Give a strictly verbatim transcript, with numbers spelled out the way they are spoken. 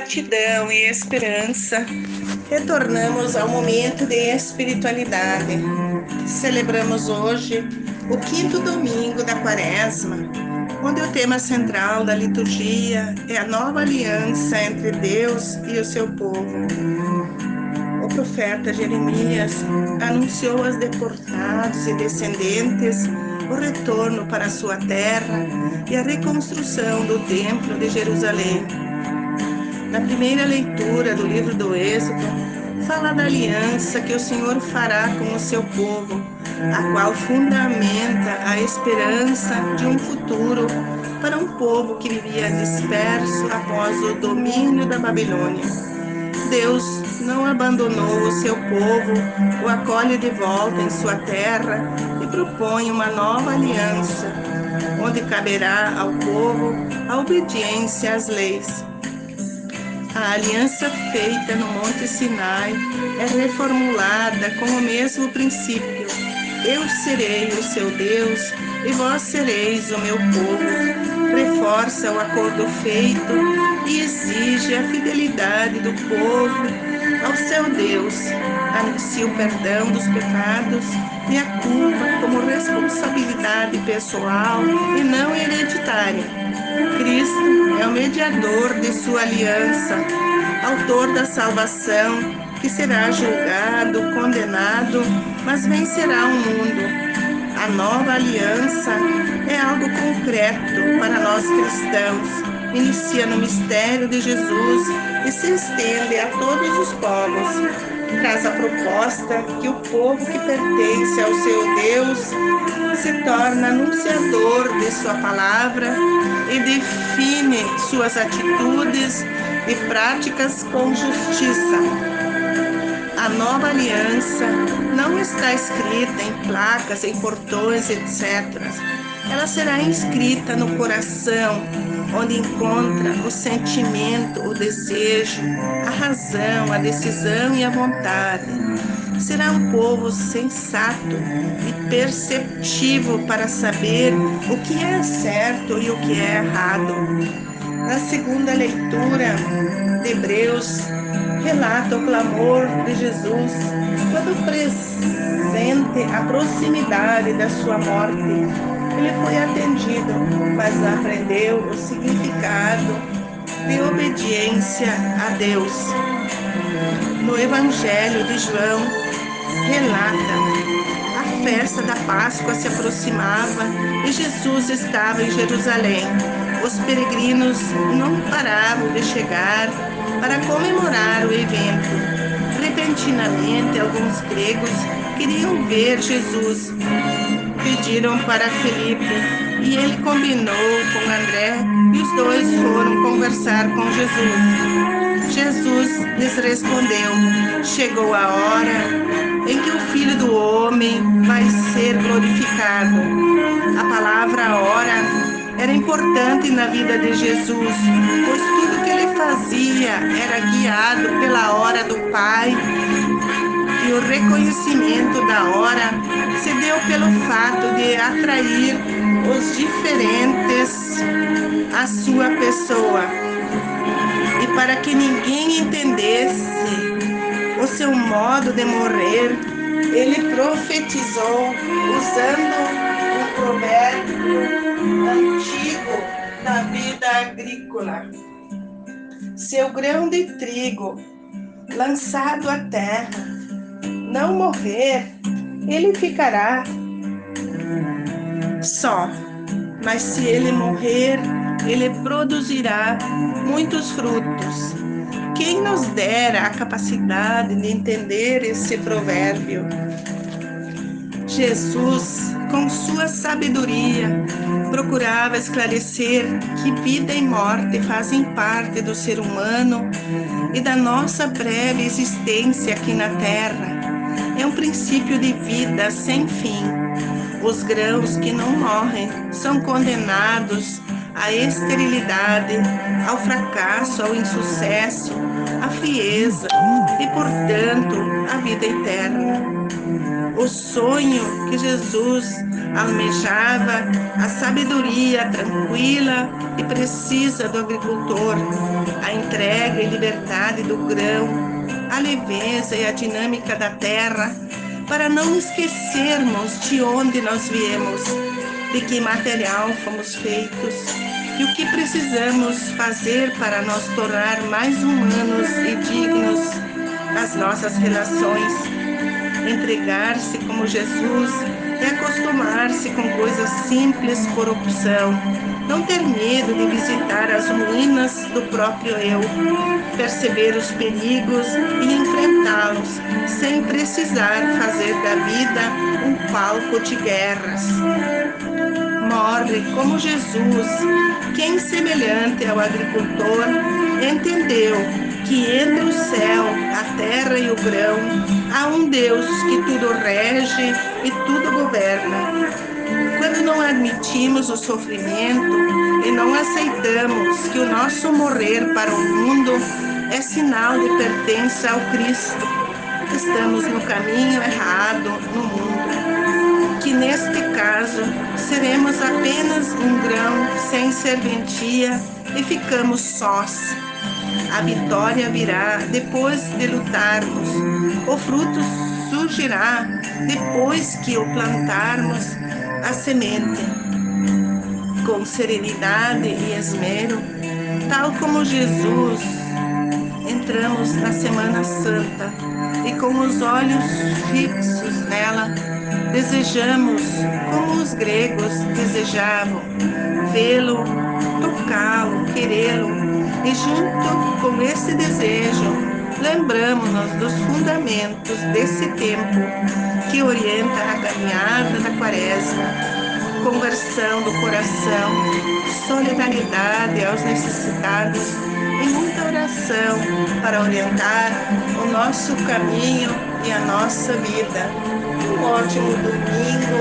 gratidão e esperança, retornamos ao momento de espiritualidade. Celebramos hoje o quinto domingo da Quaresma, onde o tema central da liturgia é a nova aliança entre Deus e o seu povo. O profeta Jeremias anunciou aos deportados e descendentes o retorno para a sua terra e a reconstrução do Templo de Jerusalém. Na primeira leitura do livro do Êxodo, fala da aliança que o Senhor fará com o seu povo, a qual fundamenta a esperança de um futuro para um povo que vivia disperso após o domínio da Babilônia. Deus não abandonou o seu povo, o acolhe de volta em sua terra e propõe uma nova aliança, onde caberá ao povo a obediência às leis. A aliança feita no Monte Sinai é reformulada com o mesmo princípio: eu serei o seu Deus e vós sereis o meu povo. Reforça o acordo feito e exige a fidelidade do povo ao seu Deus. Anuncia o perdão dos pecados e a culpa como responsabilidade pessoal e não hereditária. Cristo é o mediador de sua aliança, autor da salvação, que será julgado, condenado, mas vencerá o mundo. A nova aliança é algo concreto para nós cristãos. Inicia no mistério de Jesus e se estende a todos os povos. Traz a proposta que o povo que pertence ao seu Deus se torna anunciador de sua palavra e define suas atitudes e práticas com justiça. A nova aliança não está escrita em placas, em portões, etcétera. Ela será inscrita no coração, onde encontra o sentimento, o desejo, a razão, a decisão e a vontade. Será um povo sensato e perceptivo para saber o que é certo e o que é errado. Na segunda leitura de Hebreus, relata o clamor de Jesus quando presente a proximidade da sua morte. Ele foi atendido, mas aprendeu o significado de obediência a Deus. No Evangelho de João, relata: a festa da Páscoa se aproximava e Jesus estava em Jerusalém. Os peregrinos não paravam de chegar para comemorar o evento. Repentinamente, alguns gregos queriam ver Jesus. Pediram para Felipe e ele combinou com André e os dois foram conversar com Jesus. Jesus lhes respondeu: chegou a hora em que o Filho do Homem vai ser glorificado. A palavra hora era importante na vida de Jesus, pois tudo que ele fazia era guiado pela hora do Pai. E o reconhecimento da hora se deu pelo fato de atrair os diferentes à sua pessoa. E para que ninguém entendesse o seu modo de morrer, ele profetizou usando um provérbio antigo da vida agrícola. Seu grão de trigo lançado à terra não morrer, ele ficará só, mas se ele morrer, ele produzirá muitos frutos. Quem nos dera a capacidade de entender esse provérbio? Jesus, com sua sabedoria, procurava esclarecer que vida e morte fazem parte do ser humano e da nossa breve existência aqui na Terra. É um princípio de vida sem fim. Os grãos que não morrem são condenados à esterilidade, ao fracasso, ao insucesso, à frieza e, portanto, à vida eterna. o sonho que Jesus almejava, a sabedoria tranquila e precisa do agricultor, a entrega e liberdade do grão, a leveza e a dinâmica da terra, para não esquecermos de onde nós viemos, de que material fomos feitos e o que precisamos fazer para nos tornar mais humanos e dignos as nossas relações. Entregar-se como Jesus é acostumar-se com coisas simples por opção. Não ter medo de visitar as ruínas do próprio eu, perceber os perigos e enfrentá-los, sem precisar fazer da vida um palco de guerras. Morre como Jesus, quem semelhante ao agricultor entendeu que entre o céu, a terra e o grão, há um Deus que tudo rege e tudo governa. Quando não admitimos o sofrimento e não aceitamos que o nosso morrer para o mundo é sinal de pertença ao Cristo, estamos no caminho errado no mundo. Que neste caso seremos apenas um grão sem serventia e ficamos sós. A vitória virá depois de lutarmos. O fruto surgirá depois que o plantarmos a semente. Com serenidade e esmero, tal como Jesus, entramos na Semana Santa e com os olhos fixos nela, desejamos, como os gregos desejavam, vê-lo, tocá-lo, querê-lo. E junto com esse desejo, lembramos-nos dos fundamentos desse tempo que orienta a caminhada da Quaresma: conversão do coração, solidariedade aos necessitados e muita oração para orientar o nosso caminho e a nossa vida. Um ótimo domingo